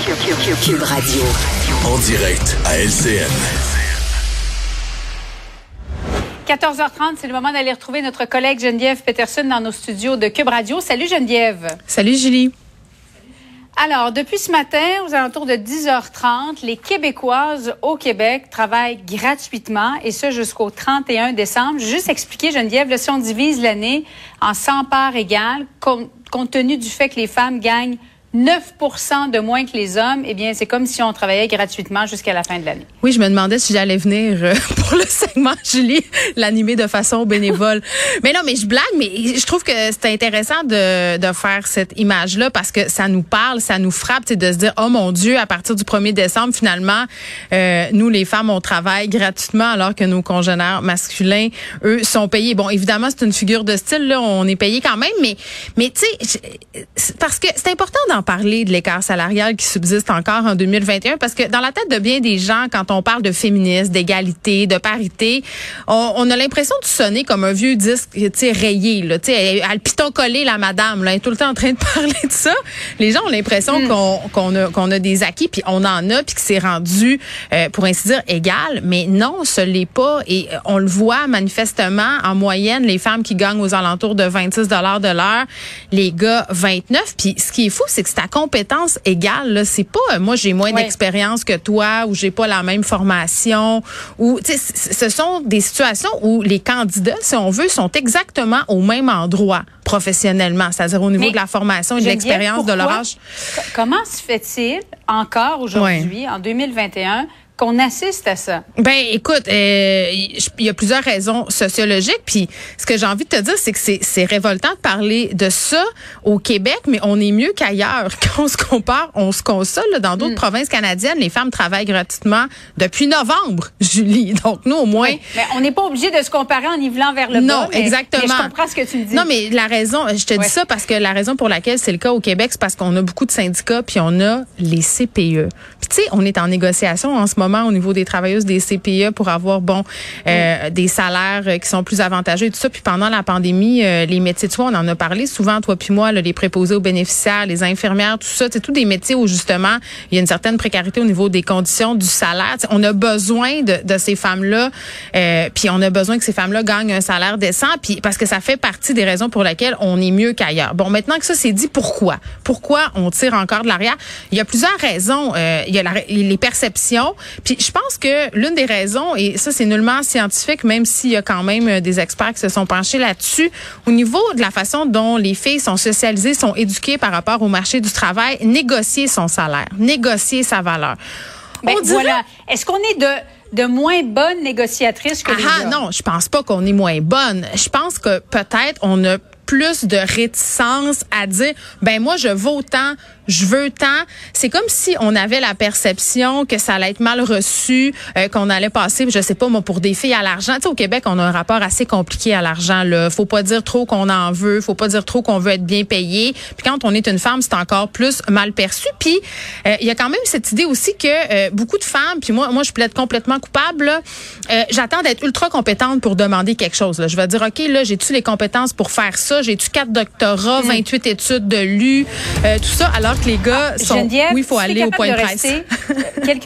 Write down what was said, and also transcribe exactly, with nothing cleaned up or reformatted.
Cube Radio. En direct à L C N. quatorze heures trente, c'est le moment d'aller retrouver notre collègue Geneviève Peterson dans nos studios de Cube Radio. Salut Geneviève. Salut Julie. Alors, depuis ce matin, aux alentours de dix heures trente, les Québécoises au Québec travaillent gratuitement, et ce jusqu'au trente et un décembre. Juste expliquer, Geneviève, là, si on divise l'année en cent parts égales, compte, compte tenu du fait que les femmes gagnent neuf pour cent de moins que les hommes, eh bien, c'est comme si on travaillait gratuitement jusqu'à la fin de l'année. Oui, je me demandais si j'allais venir euh, pour le segment, Julie, l'animer de façon bénévole. Mais non, mais je blague, mais je trouve que c'est intéressant de, de faire cette image-là parce que ça nous parle, ça nous frappe, c'est de se dire, oh mon Dieu, à partir du premier décembre, finalement, euh, nous, les femmes, on travaille gratuitement alors que nos congénères masculins, eux, sont payés. Bon, évidemment, c'est une figure de style, là, on est payé quand même, mais, mais tu sais, parce que c'est important d'en parler de l'écart salarial qui subsiste encore en deux mille vingt et un, parce que dans la tête de bien des gens, quand on parle de féminisme, d'égalité, de parité, on, on a l'impression de sonner comme un vieux disque, tu sais, rayé, là, tu sais, elle, elle piton collé la madame, là, elle est tout le temps en train de parler de ça. Les gens ont l'impression mm. qu'on, qu'on a, qu'on a des acquis, puis on en a, puis que c'est rendu, euh, pour ainsi dire, égal, mais non, ce l'est pas, et on le voit manifestement, en moyenne, les femmes qui gagnent aux alentours de vingt-six dollars de l'heure, les gars vingt-neuf, puis ce qui est fou, c'est que c'est à compétence égale, là, c'est pas euh, moi j'ai moins ouais. d'expérience que toi ou j'ai pas la même formation ou tu sais ce sont des situations où les candidats, si on veut, sont exactement au même endroit professionnellement, c'est-à-dire au niveau Mais, de la formation et de l'expérience de leur âge. Comment se fait-il encore aujourd'hui, ouais. en deux mille vingt et un, qu'on assiste à ça? Ben, écoute, euh, il y a plusieurs raisons sociologiques. Puis, ce que j'ai envie de te dire, c'est que c'est, c'est révoltant de parler de ça au Québec, mais on est mieux qu'ailleurs. Quand on se compare, on se console. Là, dans d'autres mm. provinces canadiennes, les femmes travaillent gratuitement depuis novembre, Julie. Donc, nous, au moins... Oui, mais on n'est pas obligé de se comparer en nivelant vers le bas. Non, mais, exactement. Mais je comprends ce que tu me dis. Non, mais la raison, je te ouais. dis ça parce que la raison pour laquelle c'est le cas au Québec, c'est parce qu'on a beaucoup de syndicats, puis on a les C P E. Puis, tu sais, on est en négociation en ce moment au niveau des travailleuses des C P E pour avoir bon euh, des salaires qui sont plus avantageux et tout ça. Puis pendant la pandémie, euh, les métiers de soins, on en a parlé souvent, toi puis moi, là, les préposés aux bénéficiaires, les infirmières, tout ça, c'est tous des métiers où justement il y a une certaine précarité au niveau des conditions du salaire. T'sais, on a besoin de, de ces femmes-là, euh, puis on a besoin que ces femmes-là gagnent un salaire décent, puis parce que ça fait partie des raisons pour lesquelles on est mieux qu'ailleurs. Bon, maintenant que ça c'est dit, pourquoi Pourquoi on tire encore de l'arrière? Il y a plusieurs raisons. Euh, il y a la, les perceptions, puis je pense que l'une des raisons, et ça c'est nullement scientifique, même s'il y a quand même des experts qui se sont penchés là-dessus, au niveau de la façon dont les filles sont socialisées, sont éduquées par rapport au marché du travail, négocier son salaire, négocier sa valeur. Ben, dirait... Voilà. Est-ce qu'on est de... de moins bonnes négociatrices que les ah, hommes? Non, je pense pas qu'on est moins bonnes. Je pense que peut-être on a plus de réticence à dire, ben moi je vaux tant, je veux tant. C'est comme si on avait la perception que ça allait être mal reçu, euh, qu'on allait passer, je sais pas moi, pour des filles à l'argent. Tu sais, au Québec, on a un rapport assez compliqué à l'argent. Là, faut pas dire trop qu'on en veut, faut pas dire trop qu'on veut être bien payé. Puis quand on est une femme, c'est encore plus mal perçu. Puis il euh, y a quand même cette idée aussi que euh, beaucoup de femmes, puis moi, moi je plaide complètement coupable. Là, euh, j'attends d'être ultra compétente pour demander quelque chose. Là. Je vais dire, ok, là, j'ai-tu les compétences pour faire ça? J'ai-tu quatre doctorats, mmh. vingt-huit études de l'U, euh, tout ça, alors que les gars sont... Geneviève, oui, il faut aller au point de presse. Quelques